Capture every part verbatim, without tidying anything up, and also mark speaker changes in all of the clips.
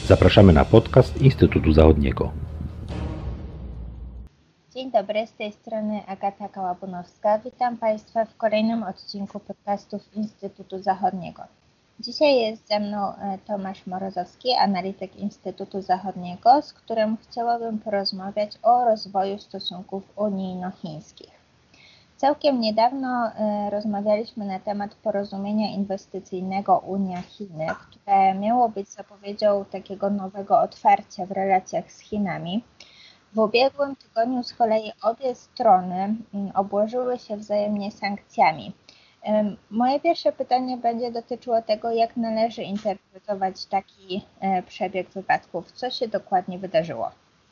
Speaker 1: Zapraszamy na podcast Instytutu Zachodniego.
Speaker 2: Dzień dobry, z tej strony Agata Kałabunowska. Witam Państwa w kolejnym odcinku podcastów Instytutu Zachodniego. Dzisiaj jest ze mną Tomasz Morozowski, analityk Instytutu Zachodniego, z którym chciałabym porozmawiać o rozwoju stosunków unijno-chińskich. Całkiem niedawno rozmawialiśmy na temat porozumienia inwestycyjnego Unia-Chiny, które miało być zapowiedzią takiego nowego otwarcia w relacjach z Chinami. W ubiegłym tygodniu z kolei obie strony obłożyły się wzajemnie sankcjami. Moje pierwsze pytanie będzie dotyczyło tego, jak należy interpretować taki przebieg wypadków. Co się dokładnie wydarzyło?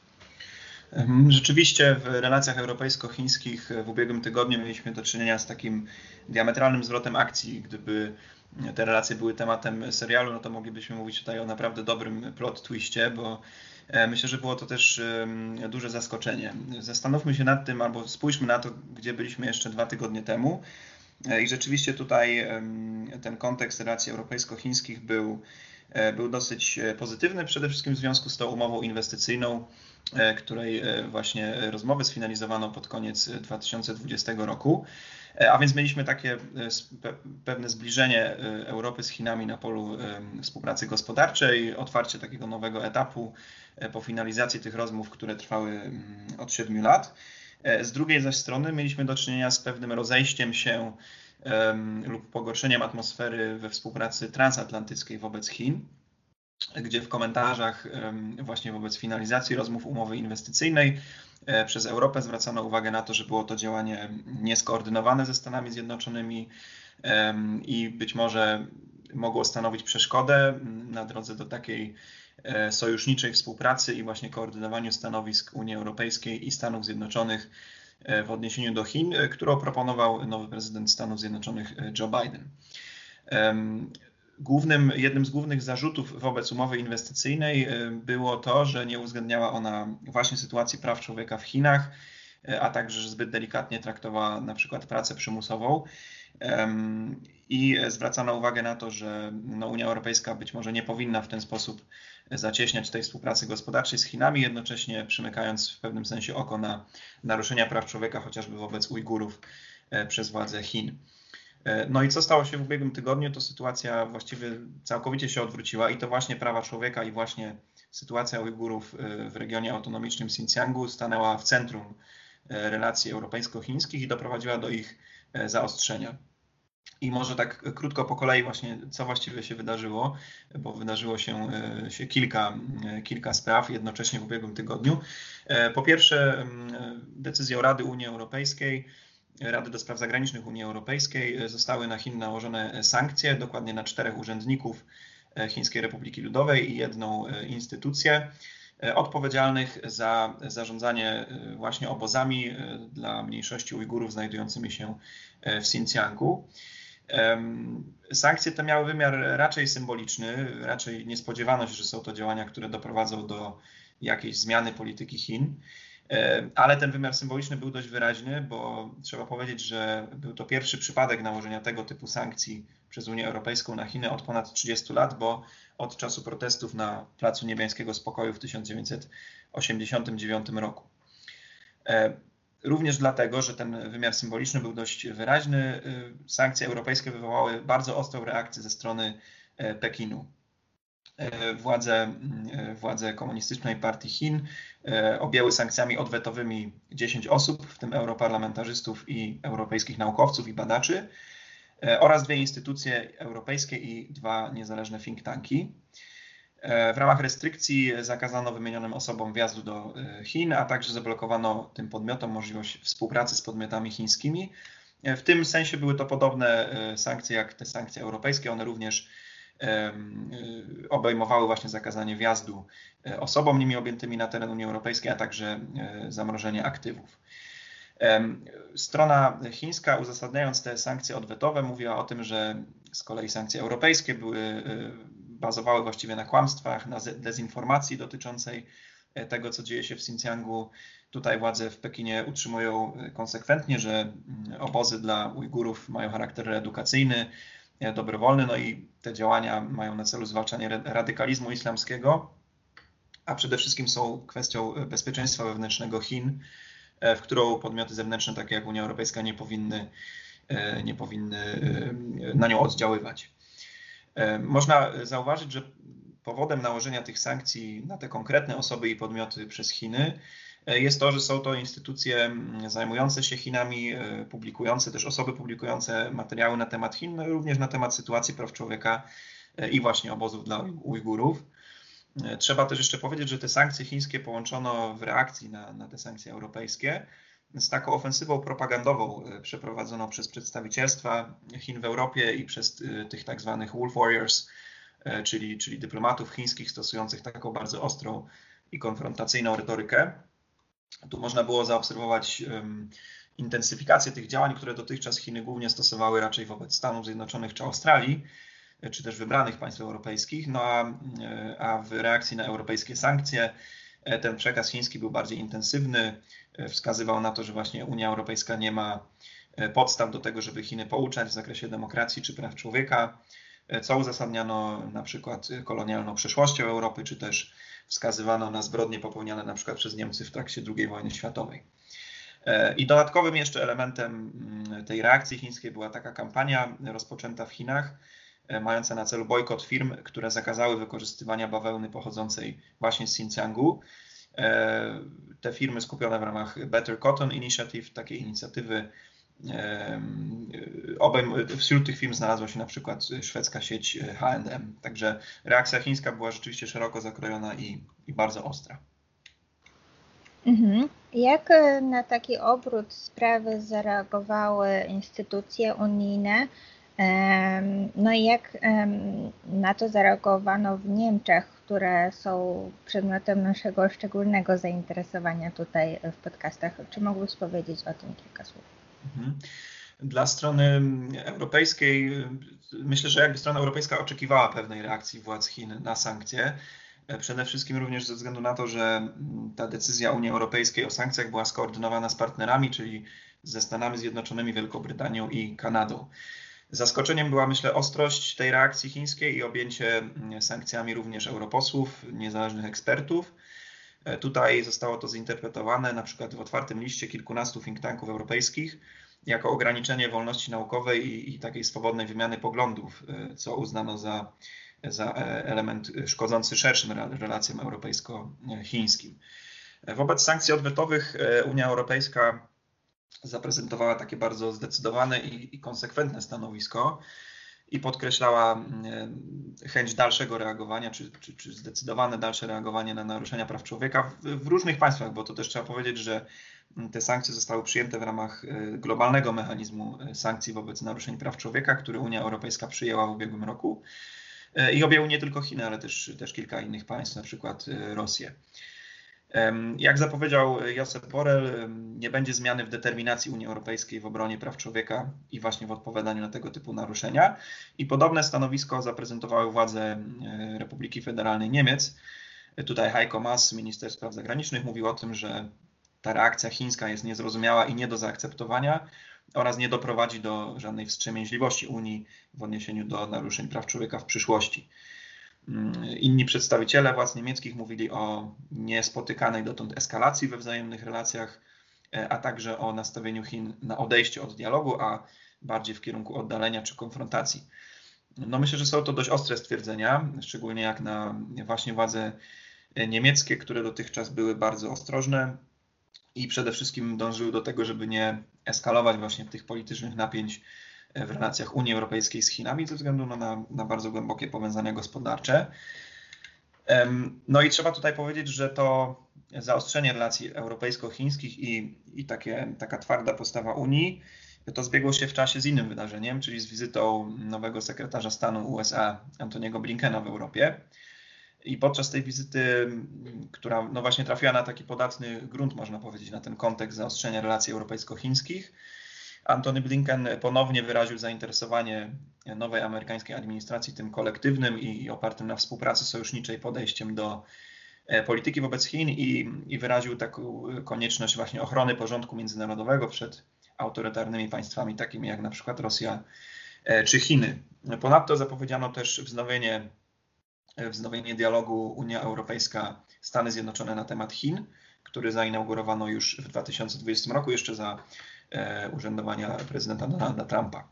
Speaker 3: Rzeczywiście w relacjach europejsko-chińskich w ubiegłym tygodniu mieliśmy do czynienia z takim diametralnym zwrotem akcji. Gdyby te relacje były tematem serialu, no to moglibyśmy mówić tutaj o naprawdę dobrym plot twiście, bo myślę, że było to też duże zaskoczenie. Zastanówmy się nad tym, albo spójrzmy na to, gdzie byliśmy jeszcze dwa tygodnie temu. I rzeczywiście tutaj ten kontekst relacji europejsko-chińskich był, był dosyć pozytywny, przede wszystkim w związku z tą umową inwestycyjną, której właśnie rozmowy sfinalizowano pod koniec dwa tysiące dwudziestego roku. A więc mieliśmy takie pewne zbliżenie Europy z Chinami na polu współpracy gospodarczej, otwarcie takiego nowego etapu po finalizacji tych rozmów, które trwały od siedmiu lat. Z drugiej zaś strony mieliśmy do czynienia z pewnym rozejściem się lub pogorszeniem atmosfery we współpracy transatlantyckiej wobec Chin, gdzie w komentarzach właśnie wobec finalizacji rozmów umowy inwestycyjnej przez Europę zwracano uwagę na to, że było to działanie nieskoordynowane ze Stanami Zjednoczonymi i być może mogło stanowić przeszkodę na drodze do takiej sojuszniczej współpracy i właśnie koordynowaniu stanowisk Unii Europejskiej i Stanów Zjednoczonych w odniesieniu do Chin, którą proponował nowy prezydent Stanów Zjednoczonych Joe Biden. Głównym, jednym z głównych zarzutów wobec umowy inwestycyjnej było to, że nie uwzględniała ona właśnie sytuacji praw człowieka w Chinach, a także, że zbyt delikatnie traktowała na przykład pracę przymusową. I zwracano uwagę na to, że no, Unia Europejska być może nie powinna w ten sposób zacieśniać tej współpracy gospodarczej z Chinami, jednocześnie przymykając w pewnym sensie oko na naruszenia praw człowieka, chociażby wobec Ujgurów przez władze Chin. No i co stało się w ubiegłym tygodniu, to sytuacja właściwie całkowicie się odwróciła i to właśnie prawa człowieka i właśnie sytuacja Ujgurów w regionie autonomicznym Xinjiangu stanęła w centrum relacji europejsko-chińskich i doprowadziła do ich zaostrzenia. I może tak krótko po kolei właśnie, co właściwie się wydarzyło, bo wydarzyło się, się kilka, kilka spraw jednocześnie w ubiegłym tygodniu. Po pierwsze, decyzją Rady Unii Europejskiej, Rady do Spraw Zagranicznych Unii Europejskiej zostały na Chiny nałożone sankcje, dokładnie na czterech urzędników Chińskiej Republiki Ludowej i jedną instytucję odpowiedzialnych za zarządzanie właśnie obozami dla mniejszości Ujgurów znajdującymi się w Xinjiangu. Sankcje te miały wymiar raczej symboliczny, raczej nie spodziewano się, że są to działania, które doprowadzą do jakiejś zmiany polityki Chin. Ale ten wymiar symboliczny był dość wyraźny, bo trzeba powiedzieć, że był to pierwszy przypadek nałożenia tego typu sankcji przez Unię Europejską na Chiny od ponad trzydziestu lat, bo od czasu protestów na Placu Niebiańskiego Spokoju w tysiąc dziewięćset osiemdziesiątym dziewiątym roku. Również dlatego, że ten wymiar symboliczny był dość wyraźny, sankcje europejskie wywołały bardzo ostrą reakcję ze strony Pekinu. Władze, władze Komunistycznej Partii Chin objęły sankcjami odwetowymi dziesięć osób, w tym europarlamentarzystów i europejskich naukowców i badaczy, oraz dwie instytucje europejskie i dwa niezależne think tanki. W ramach restrykcji zakazano wymienionym osobom wjazdu do Chin, a także zablokowano tym podmiotom możliwość współpracy z podmiotami chińskimi. W tym sensie były to podobne sankcje jak te sankcje europejskie, one również obejmowały właśnie zakazanie wjazdu osobom nimi objętymi na teren Unii Europejskiej, a także zamrożenie aktywów. Strona chińska, uzasadniając te sankcje odwetowe, mówiła o tym, że z kolei sankcje europejskie były, bazowały właściwie na kłamstwach, na dezinformacji dotyczącej tego, co dzieje się w Xinjiangu. Tutaj władze w Pekinie utrzymują konsekwentnie, że obozy dla Ujgurów mają charakter edukacyjny, dobrowolny, no i te działania mają na celu zwalczanie radykalizmu islamskiego. a przede wszystkim są kwestią bezpieczeństwa wewnętrznego Chin, w którą podmioty zewnętrzne, takie jak Unia Europejska, nie powinny, nie powinny na nią oddziaływać. Można zauważyć, że powodem nałożenia tych sankcji na te konkretne osoby i podmioty przez Chiny jest to, że są to instytucje zajmujące się Chinami, publikujące, też osoby publikujące materiały na temat Chin, no również na temat sytuacji praw człowieka i właśnie obozów dla Ujgurów. Trzeba też jeszcze powiedzieć, że te sankcje chińskie połączono w reakcji na, na te sankcje europejskie z taką ofensywą propagandową przeprowadzoną przez przedstawicielstwa Chin w Europie i przez tych tak zwanych Wolf Warriors, czyli, czyli dyplomatów chińskich stosujących taką bardzo ostrą i konfrontacyjną retorykę. Tu można było zaobserwować um, intensyfikację tych działań, które dotychczas Chiny głównie stosowały raczej wobec Stanów Zjednoczonych czy Australii, czy też wybranych państw europejskich, no a, a w reakcji na europejskie sankcje ten przekaz chiński był bardziej intensywny, wskazywał na to, że właśnie Unia Europejska nie ma podstaw do tego, żeby Chiny pouczać w zakresie demokracji czy praw człowieka, co uzasadniano na przykład kolonialną przeszłością Europy, czy też wskazywano na zbrodnie popełniane na przykład przez Niemcy w trakcie drugiej wojny światowej. I dodatkowym jeszcze elementem tej reakcji chińskiej była taka kampania rozpoczęta w Chinach, mająca na celu bojkot firm, które zakazały wykorzystywania bawełny pochodzącej właśnie z Xinjiangu. Te firmy skupione w ramach Better Cotton Initiative, takiej inicjatywy, wśród tych firm znalazła się na przykład szwedzka sieć H and M. Także reakcja chińska była rzeczywiście szeroko zakrojona i, i bardzo ostra.
Speaker 2: Mhm. Jak na taki obrót sprawy zareagowały instytucje unijne? No i jak na to zareagowano w Niemczech, które są przedmiotem naszego szczególnego zainteresowania tutaj w podcastach? Czy mógłbyś powiedzieć o tym kilka słów?
Speaker 3: Dla strony europejskiej, myślę, że jakby strona europejska oczekiwała pewnej reakcji władz Chin na sankcje. Przede wszystkim również ze względu na to, że ta decyzja Unii Europejskiej o sankcjach była skoordynowana z partnerami, czyli ze Stanami Zjednoczonymi, Wielką Brytanią i Kanadą. Zaskoczeniem była, myślę, ostrość tej reakcji chińskiej i objęcie sankcjami również europosłów, niezależnych ekspertów. Tutaj zostało to zinterpretowane na przykład w otwartym liście kilkunastu think tanków europejskich jako ograniczenie wolności naukowej i, i takiej swobodnej wymiany poglądów, co uznano za, za element szkodzący szerszym relacjom europejsko-chińskim. Wobec sankcji odwetowych Unia Europejska zaprezentowała takie bardzo zdecydowane i, i konsekwentne stanowisko i podkreślała chęć dalszego reagowania, czy, czy, czy zdecydowane dalsze reagowanie na naruszenia praw człowieka w, w różnych państwach, bo to też trzeba powiedzieć, że te sankcje zostały przyjęte w ramach globalnego mechanizmu sankcji wobec naruszeń praw człowieka, który Unia Europejska przyjęła w ubiegłym roku i objęły nie tylko Chiny, ale też, też kilka innych państw, na przykład Rosję. Jak zapowiedział Josep Borrell, nie będzie zmiany w determinacji Unii Europejskiej w obronie praw człowieka i właśnie w odpowiadaniu na tego typu naruszenia. I podobne stanowisko zaprezentowały władze Republiki Federalnej Niemiec. Tutaj Heiko Maas, minister spraw zagranicznych, mówił o tym, że ta reakcja chińska jest niezrozumiała i nie do zaakceptowania oraz nie doprowadzi do żadnej wstrzemięźliwości Unii w odniesieniu do naruszeń praw człowieka w przyszłości. Inni przedstawiciele władz niemieckich mówili o niespotykanej dotąd eskalacji we wzajemnych relacjach, a także o nastawieniu Chin na odejście od dialogu, a bardziej w kierunku oddalenia czy konfrontacji. No myślę, że są to dość ostre stwierdzenia, szczególnie jak na właśnie władze niemieckie, które dotychczas były bardzo ostrożne i przede wszystkim dążyły do tego, żeby nie eskalować właśnie tych politycznych napięć w relacjach Unii Europejskiej z Chinami ze względu na, na bardzo głębokie powiązania gospodarcze. No i trzeba tutaj powiedzieć, że to zaostrzenie relacji europejsko-chińskich i, i takie, taka twarda postawa Unii, to zbiegło się w czasie z innym wydarzeniem, czyli z wizytą nowego sekretarza stanu U S A Antoniego Blinkena w Europie. I podczas tej wizyty, która no właśnie trafiła na taki podatny grunt, można powiedzieć, na ten kontekst zaostrzenia relacji europejsko-chińskich, Antony Blinken ponownie wyraził zainteresowanie nowej amerykańskiej administracji tym kolektywnym i opartym na współpracy sojuszniczej podejściem do polityki wobec Chin i, i wyraził taką konieczność właśnie ochrony porządku międzynarodowego przed autorytarnymi państwami takimi jak na przykład Rosja czy Chiny. Ponadto zapowiedziano też wznowienie wznowienie dialogu Unia Europejska-Stany Zjednoczone na temat Chin, który zainaugurowano już w dwa tysiące dwudziestym roku, jeszcze za urzędowania prezydenta Donalda Trumpa.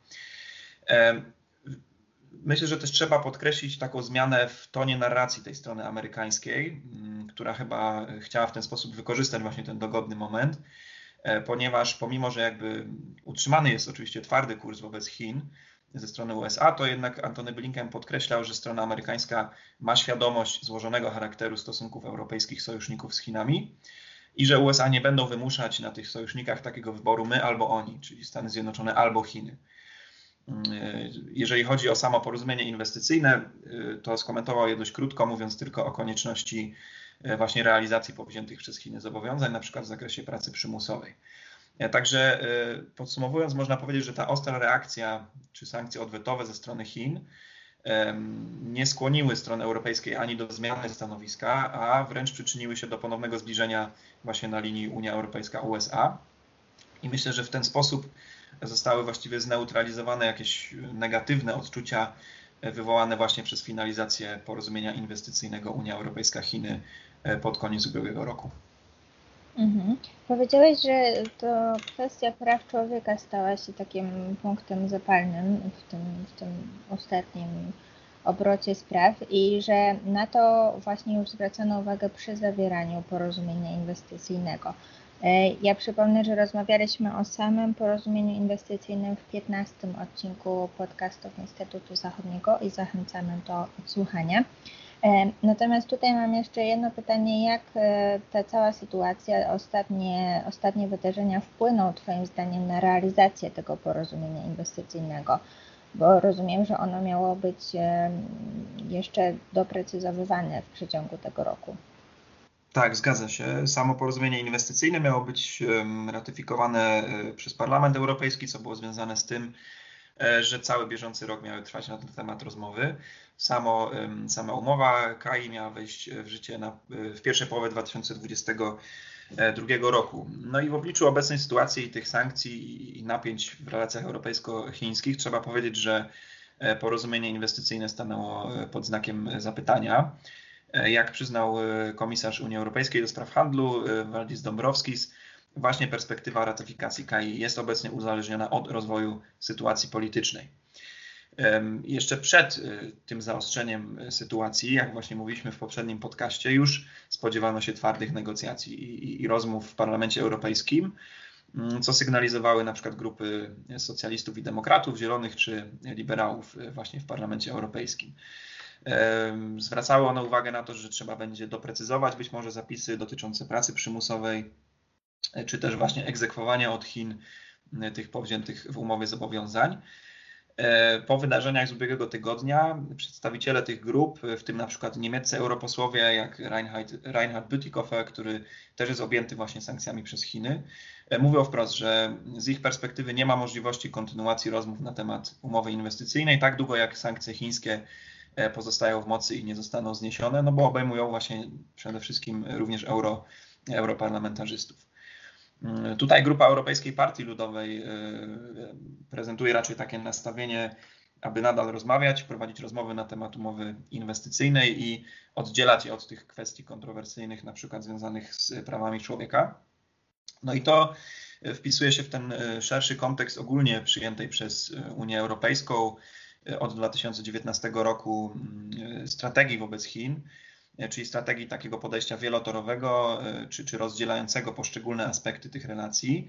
Speaker 3: Myślę, że też trzeba podkreślić taką zmianę w tonie narracji tej strony amerykańskiej, która chyba chciała w ten sposób wykorzystać właśnie ten dogodny moment, ponieważ pomimo, że jakby utrzymany jest oczywiście twardy kurs wobec Chin ze strony U S A, to jednak Antony Blinken podkreślał, że strona amerykańska ma świadomość złożonego charakteru stosunków europejskich sojuszników z Chinami i że U S A nie będą wymuszać na tych sojusznikach takiego wyboru my albo oni, czyli Stany Zjednoczone albo Chiny. Jeżeli chodzi o samo porozumienie inwestycyjne, to skomentował je dość krótko, mówiąc tylko o konieczności właśnie realizacji powziętych przez Chiny zobowiązań, na przykład w zakresie pracy przymusowej. Także podsumowując, można powiedzieć, że ta ostra reakcja czy sankcje odwetowe ze strony Chin nie skłoniły strony europejskiej ani do zmiany stanowiska, a wręcz przyczyniły się do ponownego zbliżenia właśnie na linii Unia Europejska-U S A. I myślę, że w ten sposób zostały właściwie zneutralizowane jakieś negatywne odczucia wywołane właśnie przez finalizację porozumienia inwestycyjnego Unia Europejska-Chiny pod koniec ubiegłego roku.
Speaker 2: Mhm. Powiedziałeś, że to kwestia praw człowieka stała się takim punktem zapalnym w tym, w tym ostatnim obrocie spraw i że na to właśnie już zwracano uwagę przy zawieraniu porozumienia inwestycyjnego. Ja przypomnę, że rozmawialiśmy o samym porozumieniu inwestycyjnym w piętnastym odcinku podcastów Instytutu Zachodniego i zachęcamy do odsłuchania. Natomiast tutaj mam jeszcze jedno pytanie, jak ta cała sytuacja, ostatnie, ostatnie wydarzenia wpłyną Twoim zdaniem na realizację tego porozumienia inwestycyjnego? Bo rozumiem, że ono miało być jeszcze doprecyzowywane w przeciągu tego roku.
Speaker 3: Tak, zgadza się. Samo porozumienie inwestycyjne miało być ratyfikowane przez Parlament Europejski, co było związane z tym, że cały bieżący rok miały trwać na ten temat rozmowy. Samo, sama umowa K A I miała wejść w życie na, w pierwszej połowie dwa tysiące dwudziestego drugiego roku. No i w obliczu obecnej sytuacji i tych sankcji i napięć w relacjach europejsko-chińskich trzeba powiedzieć, że porozumienie inwestycyjne stanęło pod znakiem zapytania. Jak przyznał komisarz Unii Europejskiej do spraw handlu Valdis Dombrovskis, właśnie perspektywa ratyfikacji K A I jest obecnie uzależniona od rozwoju sytuacji politycznej. Jeszcze przed tym zaostrzeniem sytuacji, jak właśnie mówiliśmy w poprzednim podcaście, już spodziewano się twardych negocjacji i, i rozmów w Parlamencie Europejskim, co sygnalizowały na przykład grupy socjalistów i demokratów, zielonych czy liberałów właśnie w Parlamencie Europejskim. Zwracały one uwagę na to, że trzeba będzie doprecyzować być może zapisy dotyczące pracy przymusowej, czy też właśnie egzekwowania od Chin tych powziętych w umowie zobowiązań. Po wydarzeniach z ubiegłego tygodnia przedstawiciele tych grup, w tym na przykład niemieccy europosłowie jak Reinhard, Reinhard Bütikofer, który też jest objęty właśnie sankcjami przez Chiny, mówią wprost, że z ich perspektywy nie ma możliwości kontynuacji rozmów na temat umowy inwestycyjnej tak długo jak sankcje chińskie pozostają w mocy i nie zostaną zniesione, no bo obejmują właśnie przede wszystkim również euro, europarlamentarzystów. Tutaj grupa Europejskiej Partii Ludowej prezentuje raczej takie nastawienie, aby nadal rozmawiać, prowadzić rozmowy na temat umowy inwestycyjnej i oddzielać je od tych kwestii kontrowersyjnych, na przykład związanych z prawami człowieka. No i to wpisuje się w ten szerszy kontekst ogólnie przyjętej przez Unię Europejską od dwa tysiące dziewiętnastego roku strategii wobec Chin, czyli strategii takiego podejścia wielotorowego, czy, czy rozdzielającego poszczególne aspekty tych relacji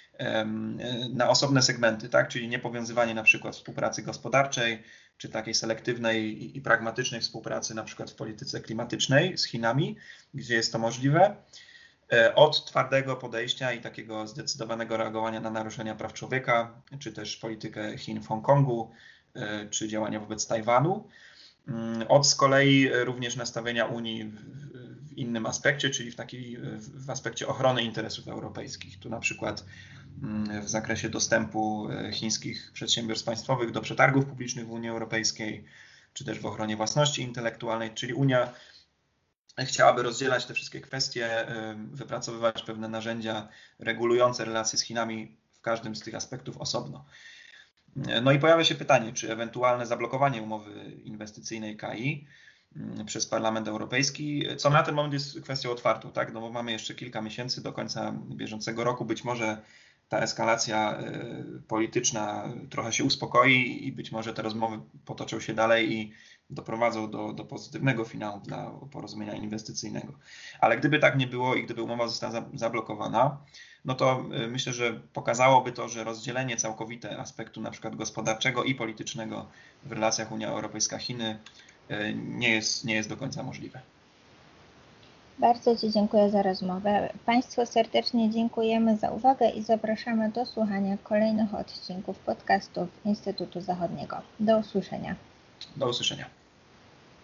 Speaker 3: na osobne segmenty, tak? Czyli nie powiązywanie na przykład współpracy gospodarczej, czy takiej selektywnej i pragmatycznej współpracy na przykład w polityce klimatycznej z Chinami, gdzie jest to możliwe, od twardego podejścia i takiego zdecydowanego reagowania na naruszenia praw człowieka, czy też politykę Chin w Hongkongu, czy działania wobec Tajwanu. Od z kolei również nastawienia Unii w innym aspekcie, czyli w, takiej, w aspekcie ochrony interesów europejskich. Tu na przykład w zakresie dostępu chińskich przedsiębiorstw państwowych do przetargów publicznych w Unii Europejskiej, czy też w ochronie własności intelektualnej, czyli Unia chciałaby rozdzielać te wszystkie kwestie, wypracowywać pewne narzędzia regulujące relacje z Chinami w każdym z tych aspektów osobno. No i pojawia się pytanie, czy ewentualne zablokowanie umowy inwestycyjnej K A I przez Parlament Europejski, co na ten moment jest kwestią otwartą, tak? No bo mamy jeszcze kilka miesięcy do końca bieżącego roku, być może ta eskalacja polityczna trochę się uspokoi i być może te rozmowy potoczą się dalej i doprowadzą do, do pozytywnego finału dla porozumienia inwestycyjnego. Ale gdyby tak nie było i gdyby umowa została zablokowana, no to myślę, że pokazałoby to, że rozdzielenie całkowite aspektu na przykład gospodarczego i politycznego w relacjach Unia Europejska-Chiny nie jest, nie jest do końca możliwe.
Speaker 2: Bardzo Ci dziękuję za rozmowę. Państwu serdecznie dziękujemy za uwagę i zapraszamy do słuchania kolejnych odcinków podcastów Instytutu Zachodniego. Do usłyszenia.
Speaker 3: Do usłyszenia.